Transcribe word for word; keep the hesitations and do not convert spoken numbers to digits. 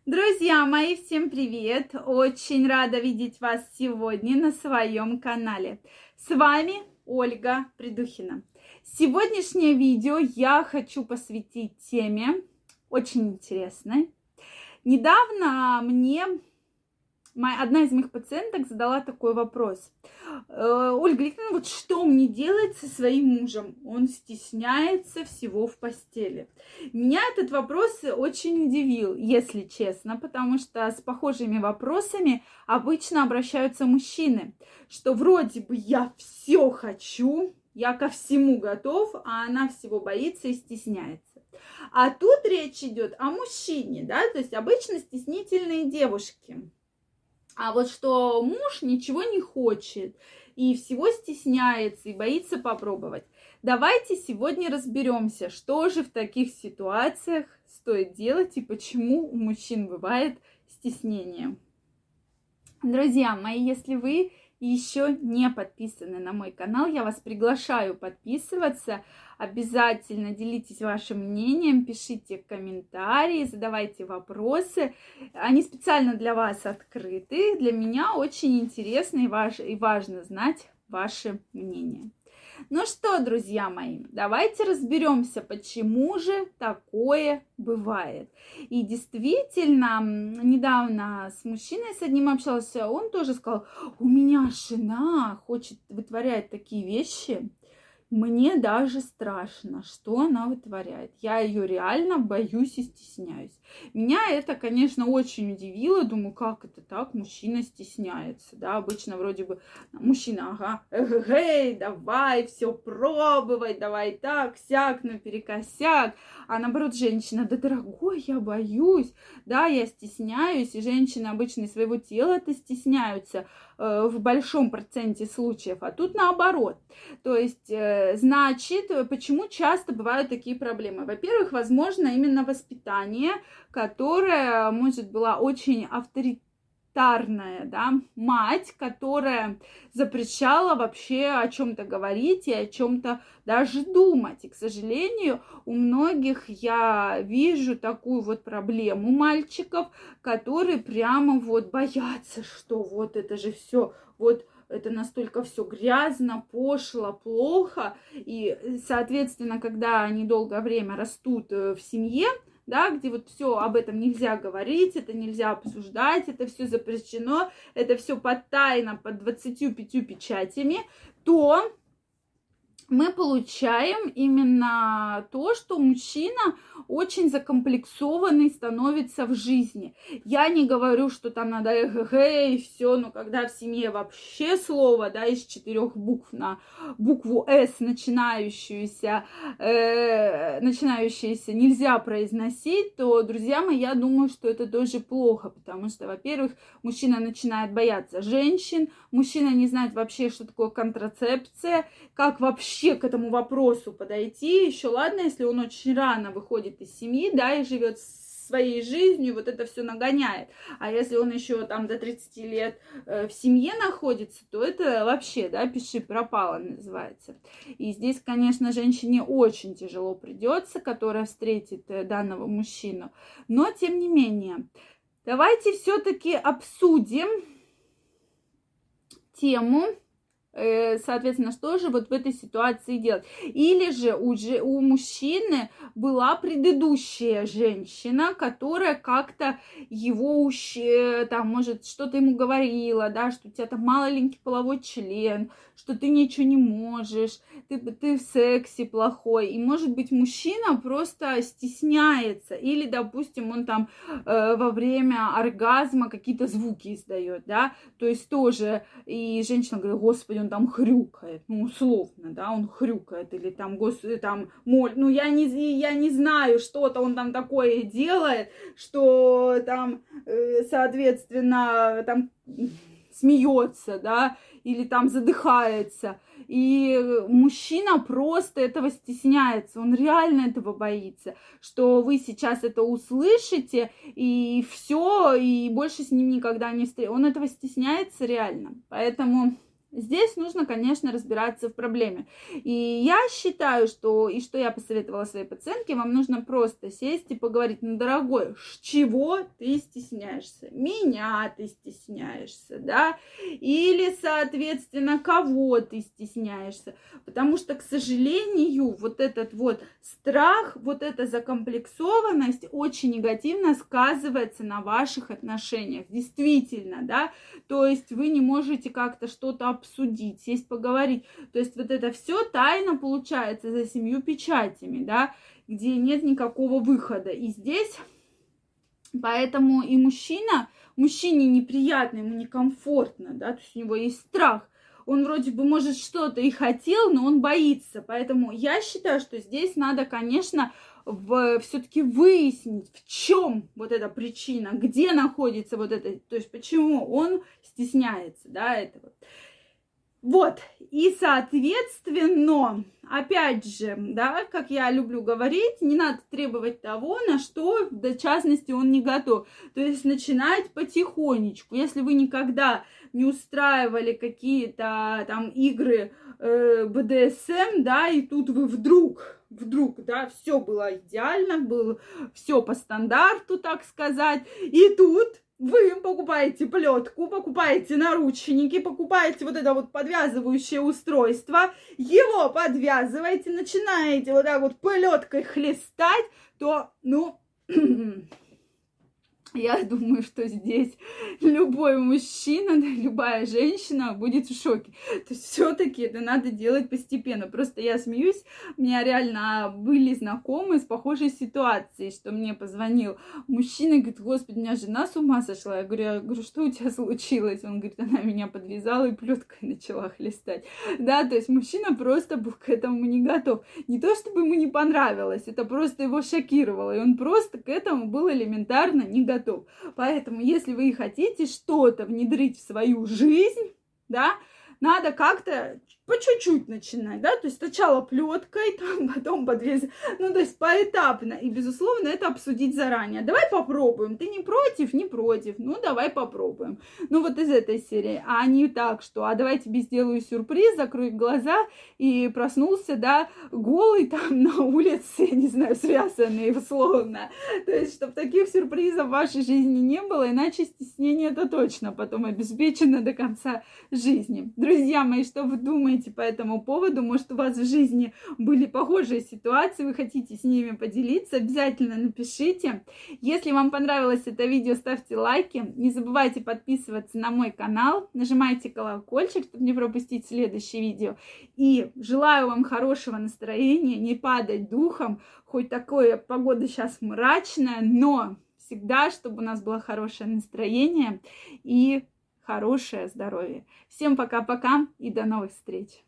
Друзья мои, всем привет! Очень рада видеть вас сегодня на своем канале. С вами Ольга Придухина. Сегодняшнее видео я хочу посвятить теме очень интересной. Недавно мне моя, одна из моих пациенток задала такой вопрос. Ольга Викторовна, вот что мне делать со своим мужем? Он стесняется всего в постели. Меня этот вопрос очень удивил, если честно, потому что с похожими вопросами обычно обращаются мужчины, что вроде бы я все хочу, я ко всему готов, а она всего боится и стесняется. А тут речь идет о мужчине, да, то есть обычно стеснительные девушки. А вот что муж ничего не хочет и всего стесняется и боится попробовать. Давайте сегодня разберемся, что же в таких ситуациях стоит делать и почему у мужчин бывает стеснение. Друзья мои, если вы еще не подписаны на мой канал, я вас приглашаю подписываться. Обязательно делитесь вашим мнением, пишите комментарии, задавайте вопросы. Они специально для вас открыты. Для меня очень интересно и, важ... и важно знать ваше мнение. Ну что, друзья мои, давайте разберемся, почему же такое бывает. И действительно, недавно с мужчиной с одним общался, он тоже сказал: у меня жена хочет вытворять такие вещи, мне даже страшно, что она вытворяет. Я ее реально боюсь и стесняюсь. Меня это, конечно, очень удивило. Думаю, как это так? Мужчина стесняется, да? Обычно вроде бы мужчина, ага, эй, давай все пробовать, давай так, сяк, наперекосяк. А наоборот, женщина: да, дорогой, я боюсь, да, я стесняюсь. И женщины обычно из своего тела-то стесняются э, в большом проценте случаев. А тут наоборот. То есть... Э, Значит, почему часто бывают такие проблемы? Во-первых, возможно, именно воспитание, которое, может, была очень авторитарная, да, мать, которая запрещала вообще о чем-то говорить и о чем-то даже думать. И, к сожалению, у многих я вижу такую вот проблему мальчиков, которые прямо вот боятся, что вот это же все вот это настолько все грязно, пошло, плохо. И, соответственно, когда они долгое время растут в семье, да, где вот все об этом нельзя говорить, это нельзя обсуждать, это все запрещено, это все подтайно под двадцатью пятью печатями, то мы получаем именно то, что мужчина очень закомплексованный становится в жизни. Я не говорю, что там надо эх-эх-эй, и все, но когда в семье вообще слово, да, из четырех букв на букву «С» начинающуюся, э, начинающуюся нельзя произносить, то, друзья мои, я думаю, что это тоже плохо, потому что, во-первых, мужчина начинает бояться женщин, мужчина не знает вообще, что такое контрацепция, как вообще к этому вопросу подойти. Еще ладно, если он очень рано выходит из семьи, да, и живет своей жизнью, вот это все нагоняет. А если он еще там до тридцати лет э, в семье находится, то это вообще, да, пиши пропало называется. И здесь, конечно, женщине очень тяжело придется, которая встретит э, данного мужчину. Но, тем не менее, давайте все-таки обсудим тему, соответственно, что же вот в этой ситуации делать. Или же уже у мужчины была предыдущая женщина, которая как-то его, там, может, что-то ему говорила, да, что у тебя там маленький половой член, что ты ничего не можешь, ты, ты в сексе плохой. И, может быть, мужчина просто стесняется. Или, допустим, он там э, во время оргазма какие-то звуки издает, да, то есть тоже, и женщина говорит: господи, он там хрюкает, ну, условно, да, он хрюкает, или там, гос, там, моль, ну, я не, я не знаю, что-то он там такое делает, что там, э, соответственно, там смеется, да, или там задыхается, и мужчина просто этого стесняется, он реально этого боится, что вы сейчас это услышите, и все, и больше с ним никогда не встретитесь, он этого стесняется реально, поэтому... здесь нужно, конечно, разбираться в проблеме. И я считаю, что, и что я посоветовала своей пациентке, вам нужно просто сесть и поговорить: ну, дорогой, чего ты стесняешься? Меня ты стесняешься, да? Или, соответственно, кого ты стесняешься? Потому что, к сожалению, вот этот вот страх, вот эта закомплексованность очень негативно сказывается на ваших отношениях. Действительно, да? То есть вы не можете как-то что-то обсудить, сесть поговорить. То есть вот это все тайно получается за семью печатями, да, где нет никакого выхода. И здесь, поэтому и мужчина, мужчине неприятно, ему некомфортно, да, то есть у него есть страх. Он вроде бы, может, что-то и хотел, но он боится. Поэтому я считаю, что здесь надо, конечно, в, все-таки выяснить, в чем вот эта причина, где находится вот это, то есть почему он стесняется, да, этого. Вот, и, соответственно, опять же, да, как я люблю говорить, не надо требовать того, на что, в частности, он не готов. То есть начинать потихонечку. Если вы никогда не устраивали какие-то там игры э, бэ дэ эс эм, да, и тут вы вдруг, вдруг, да, все было идеально, было все по стандарту, так сказать, и тут вы покупаете плетку, покупаете наручники, покупаете вот это вот подвязывающее устройство, его подвязываете, начинаете вот так вот плеткой хлестать, то, ну, я думаю, что здесь любой мужчина, любая женщина будет в шоке. То есть все-таки это надо делать постепенно. Просто я смеюсь, у меня реально были знакомые с похожей ситуацией, что мне позвонил мужчина и говорит: господи, у меня жена с ума сошла. Я говорю, я говорю, что у тебя случилось? Он говорит, она меня подвязала и плеткой начала хлестать. Да, то есть мужчина просто был к этому не готов. Не то, чтобы ему не понравилось, это просто его шокировало. И он просто к этому был элементарно не готов. Поэтому, если вы хотите что-то внедрить в свою жизнь, да, надо как-то по чуть-чуть начинать, да, то есть сначала плеткой, там, потом подвес, ну, то есть поэтапно, и, безусловно, это обсудить заранее. Давай попробуем, ты не против, не против, ну, давай попробуем. Ну, вот из этой серии, а не так, что, а давай тебе сделаю сюрприз, закрой глаза, и проснулся, да, голый там на улице, я не знаю, связанный, условно. То есть, чтобы таких сюрпризов в вашей жизни не было, иначе стеснение это точно потом обеспечено до конца жизни. Друзья мои, что вы думаете по этому поводу? Может, у вас в жизни были похожие ситуации, вы хотите с ними поделиться? Обязательно напишите. Если вам понравилось это видео, ставьте лайки. Не забывайте подписываться на мой канал. Нажимайте колокольчик, чтобы не пропустить следующее видео. И желаю вам хорошего настроения, не падать духом. Хоть такое погода сейчас мрачная, но всегда, чтобы у нас было хорошее настроение и хорошее здоровье. Всем пока-пока и до новых встреч!